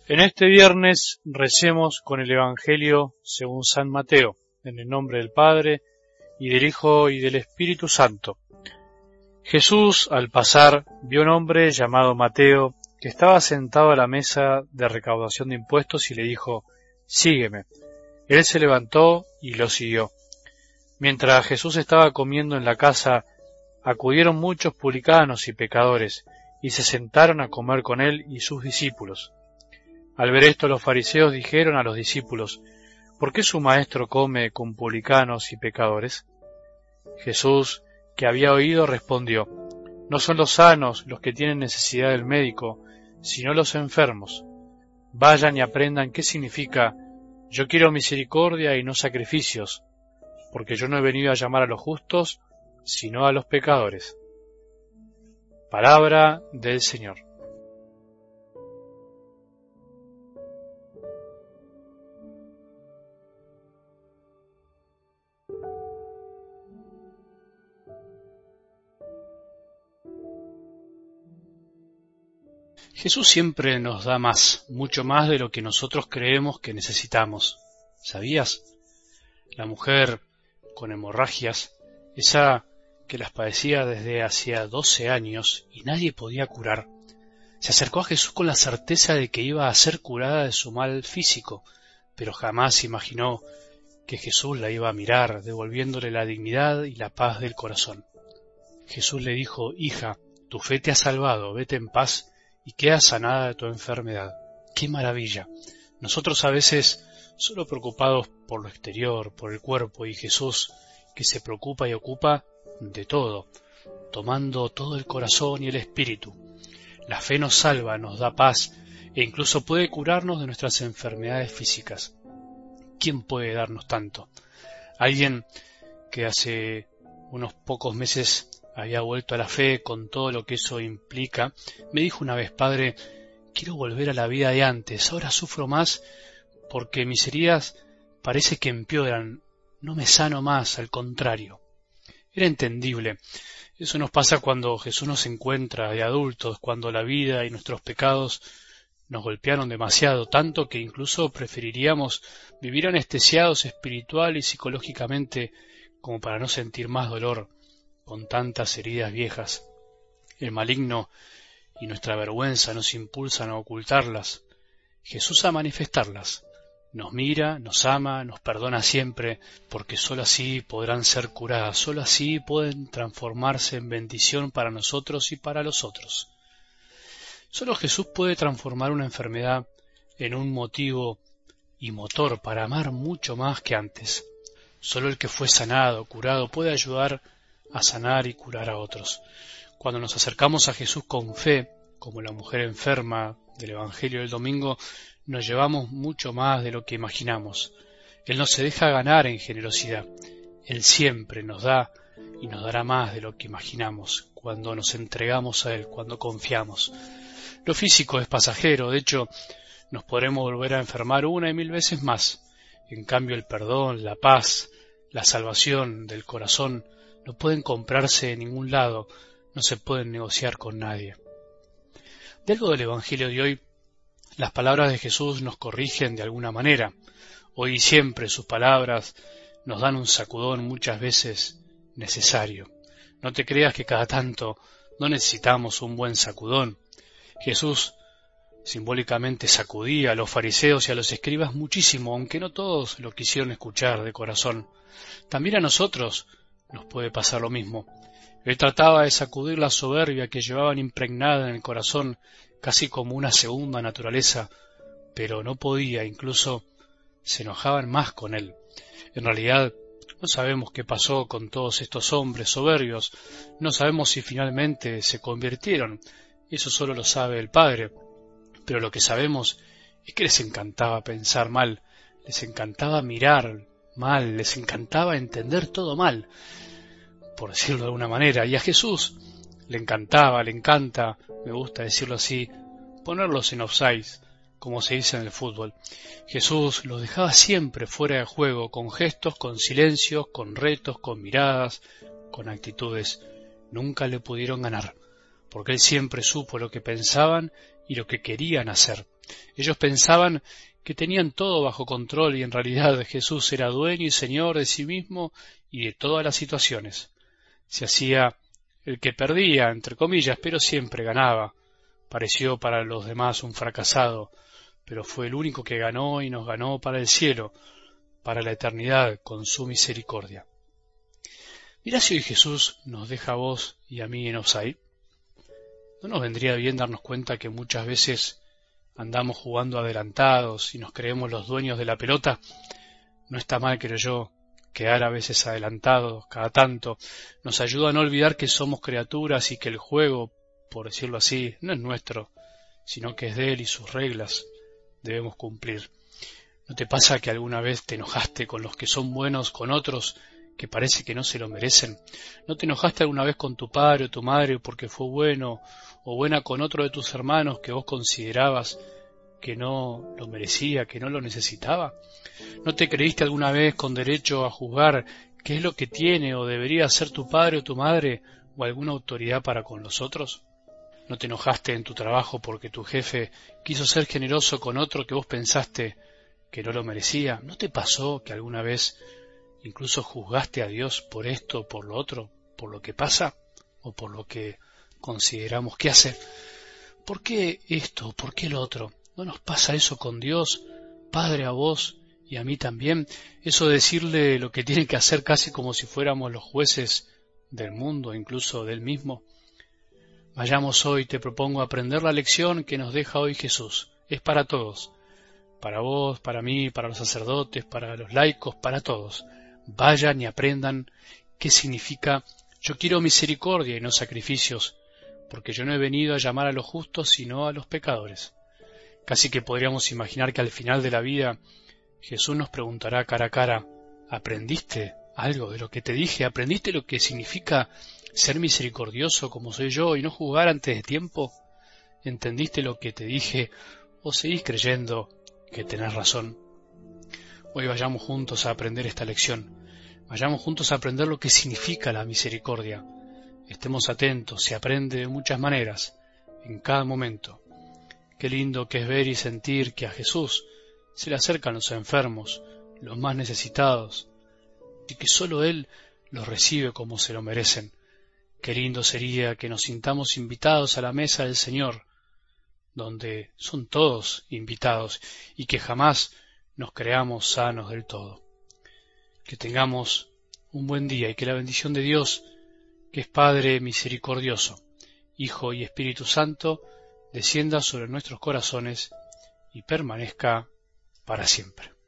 En este viernes recemos con el Evangelio según San Mateo, en el nombre del Padre, y del Hijo, y del Espíritu Santo. Jesús, al pasar, vio a un hombre llamado Mateo, que estaba sentado a la mesa de recaudación de impuestos, y le dijo: «Sígueme». Él se levantó y lo siguió. Mientras Jesús estaba comiendo en la casa, acudieron muchos publicanos y pecadores, y se sentaron a comer con él y sus discípulos. Al ver esto, los fariseos dijeron a los discípulos: «¿Por qué su maestro come con publicanos y pecadores?». Jesús, que había oído, respondió: «No son los sanos los que tienen necesidad del médico, sino los enfermos. Vayan y aprendan qué significa: yo quiero misericordia y no sacrificios, porque yo no he venido a llamar a los justos, sino a los pecadores». Palabra del Señor. Jesús siempre nos da más, mucho más de lo que nosotros creemos que necesitamos. ¿Sabías? La mujer con hemorragias, esa que las padecía desde hacía 12 años y nadie podía curar, se acercó a Jesús con la certeza de que iba a ser curada de su mal físico, pero jamás imaginó que Jesús la iba a mirar, devolviéndole la dignidad y la paz del corazón. Jesús le dijo: «Hija, tu fe te ha salvado, vete en paz y queda sanada de tu enfermedad». ¡Qué maravilla! Nosotros a veces solo preocupados por lo exterior, por el cuerpo, y Jesús, que se preocupa y ocupa de todo, tomando todo el corazón y el espíritu. La fe nos salva, nos da paz e incluso puede curarnos de nuestras enfermedades físicas. ¿Quién puede darnos tanto? Alguien que hace unos pocos meses había vuelto a la fe con todo lo que eso implica, me dijo una vez: «Padre, quiero volver a la vida de antes, ahora sufro más porque mis heridas parece que empeoran, no me sano más, al contrario». Era entendible. Eso nos pasa cuando Jesús nos encuentra de adultos, cuando la vida y nuestros pecados nos golpearon demasiado, tanto que incluso preferiríamos vivir anestesiados espiritual y psicológicamente como para no sentir más dolor con tantas heridas viejas. El maligno y nuestra vergüenza nos impulsan a ocultarlas, Jesús a manifestarlas. Nos mira, nos ama, nos perdona siempre, porque sólo así podrán ser curadas, sólo así pueden transformarse en bendición para nosotros y para los otros. Sólo Jesús puede transformar una enfermedad en un motivo y motor para amar mucho más que antes. Sólo el que fue sanado, curado, puede ayudar a sanar y curar a otros. Cuando nos acercamos a Jesús con fe, como la mujer enferma del Evangelio del domingo, nos llevamos mucho más de lo que imaginamos. Él no se deja ganar en generosidad. Él siempre nos da y nos dará más de lo que imaginamos cuando nos entregamos a Él, cuando confiamos. Lo físico es pasajero, de hecho, nos podremos volver a enfermar una y mil veces más. En cambio, el perdón, la paz, la salvación del corazón no pueden comprarse en ningún lado, no se pueden negociar con nadie. De algo del Evangelio de hoy, las palabras de Jesús nos corrigen de alguna manera. Hoy y siempre sus palabras nos dan un sacudón muchas veces necesario. No te creas que cada tanto no necesitamos un buen sacudón. Jesús simbólicamente sacudía a los fariseos y a los escribas muchísimo, aunque no todos lo quisieron escuchar de corazón. También a nosotros nos puede pasar lo mismo. Él trataba de sacudir la soberbia que llevaban impregnada en el corazón, casi como una segunda naturaleza, pero no podía, incluso se enojaban más con él. En realidad, no sabemos qué pasó con todos estos hombres soberbios, no sabemos si finalmente se convirtieron, eso solo lo sabe el Padre, pero lo que sabemos es que les encantaba pensar mal, les encantaba mirar mal, les encantaba entender todo mal, por decirlo de alguna manera, y a Jesús le encanta, me gusta decirlo así, ponerlos en offside, como se dice en el fútbol. Jesús los dejaba siempre fuera de juego, con gestos, con silencios, con retos, con miradas, con actitudes. Nunca le pudieron ganar, porque él siempre supo lo que pensaban y lo que querían hacer. Ellos pensaban que tenían todo bajo control y en realidad Jesús era dueño y señor de sí mismo y de todas las situaciones. Se hacía el que perdía, entre comillas, pero siempre ganaba. Pareció para los demás un fracasado, pero fue el único que ganó y nos ganó para el cielo, para la eternidad, con su misericordia. Mirá si hoy Jesús nos deja a vos y a mí en offside. ¿No nos vendría bien darnos cuenta que muchas veces andamos jugando adelantados y nos creemos los dueños de la pelota? No está mal, creo yo, quedar a veces adelantados cada tanto. Nos ayuda a no olvidar que somos criaturas y que el juego, por decirlo así, no es nuestro, sino que es de él y sus reglas debemos cumplir. ¿No te pasa que alguna vez te enojaste con los que son buenos, con otros que parece que no se lo merecen? ¿No te enojaste alguna vez con tu padre o tu madre porque fue bueno o buena con otro de tus hermanos que vos considerabas que no lo merecía, que no lo necesitaba? ¿No te creíste alguna vez con derecho a juzgar qué es lo que tiene o debería ser tu padre o tu madre o alguna autoridad para con los otros? ¿No te enojaste en tu trabajo porque tu jefe quiso ser generoso con otro que vos pensaste que no lo merecía? ¿No te pasó que alguna vez incluso juzgaste a Dios por esto o por lo otro, por lo que pasa o por lo que consideramos que hace? ¿Por qué esto? ¿Por qué lo otro? ¿No nos pasa eso con Dios, Padre, a vos y a mí también? Eso de decirle lo que tiene que hacer casi como si fuéramos los jueces del mundo, incluso del mismo. Vayamos hoy, te propongo aprender la lección que nos deja hoy Jesús. Es para todos, para vos, para mí, para los sacerdotes, para los laicos, para todos. Vayan y aprendan qué significa yo quiero misericordia y no sacrificios, porque yo no he venido a llamar a los justos sino a los pecadores. Casi que podríamos imaginar que al final de la vida Jesús nos preguntará cara a cara, ¿aprendiste algo de lo que te dije? ¿Aprendiste lo que significa ser misericordioso como soy yo y no juzgar antes de tiempo? ¿Entendiste lo que te dije o seguís creyendo que tenés razón? Hoy vayamos juntos a aprender esta lección. Vayamos juntos a aprender lo que significa la misericordia. Estemos atentos, se aprende de muchas maneras, en cada momento. Qué lindo que es ver y sentir que a Jesús se le acercan los enfermos, los más necesitados, y que sólo Él los recibe como se lo merecen. Qué lindo sería que nos sintamos invitados a la mesa del Señor, donde son todos invitados, y que jamás nos creamos sanos del todo. Que tengamos un buen día y que la bendición de Dios, que es Padre misericordioso, Hijo y Espíritu Santo, descienda sobre nuestros corazones y permanezca para siempre.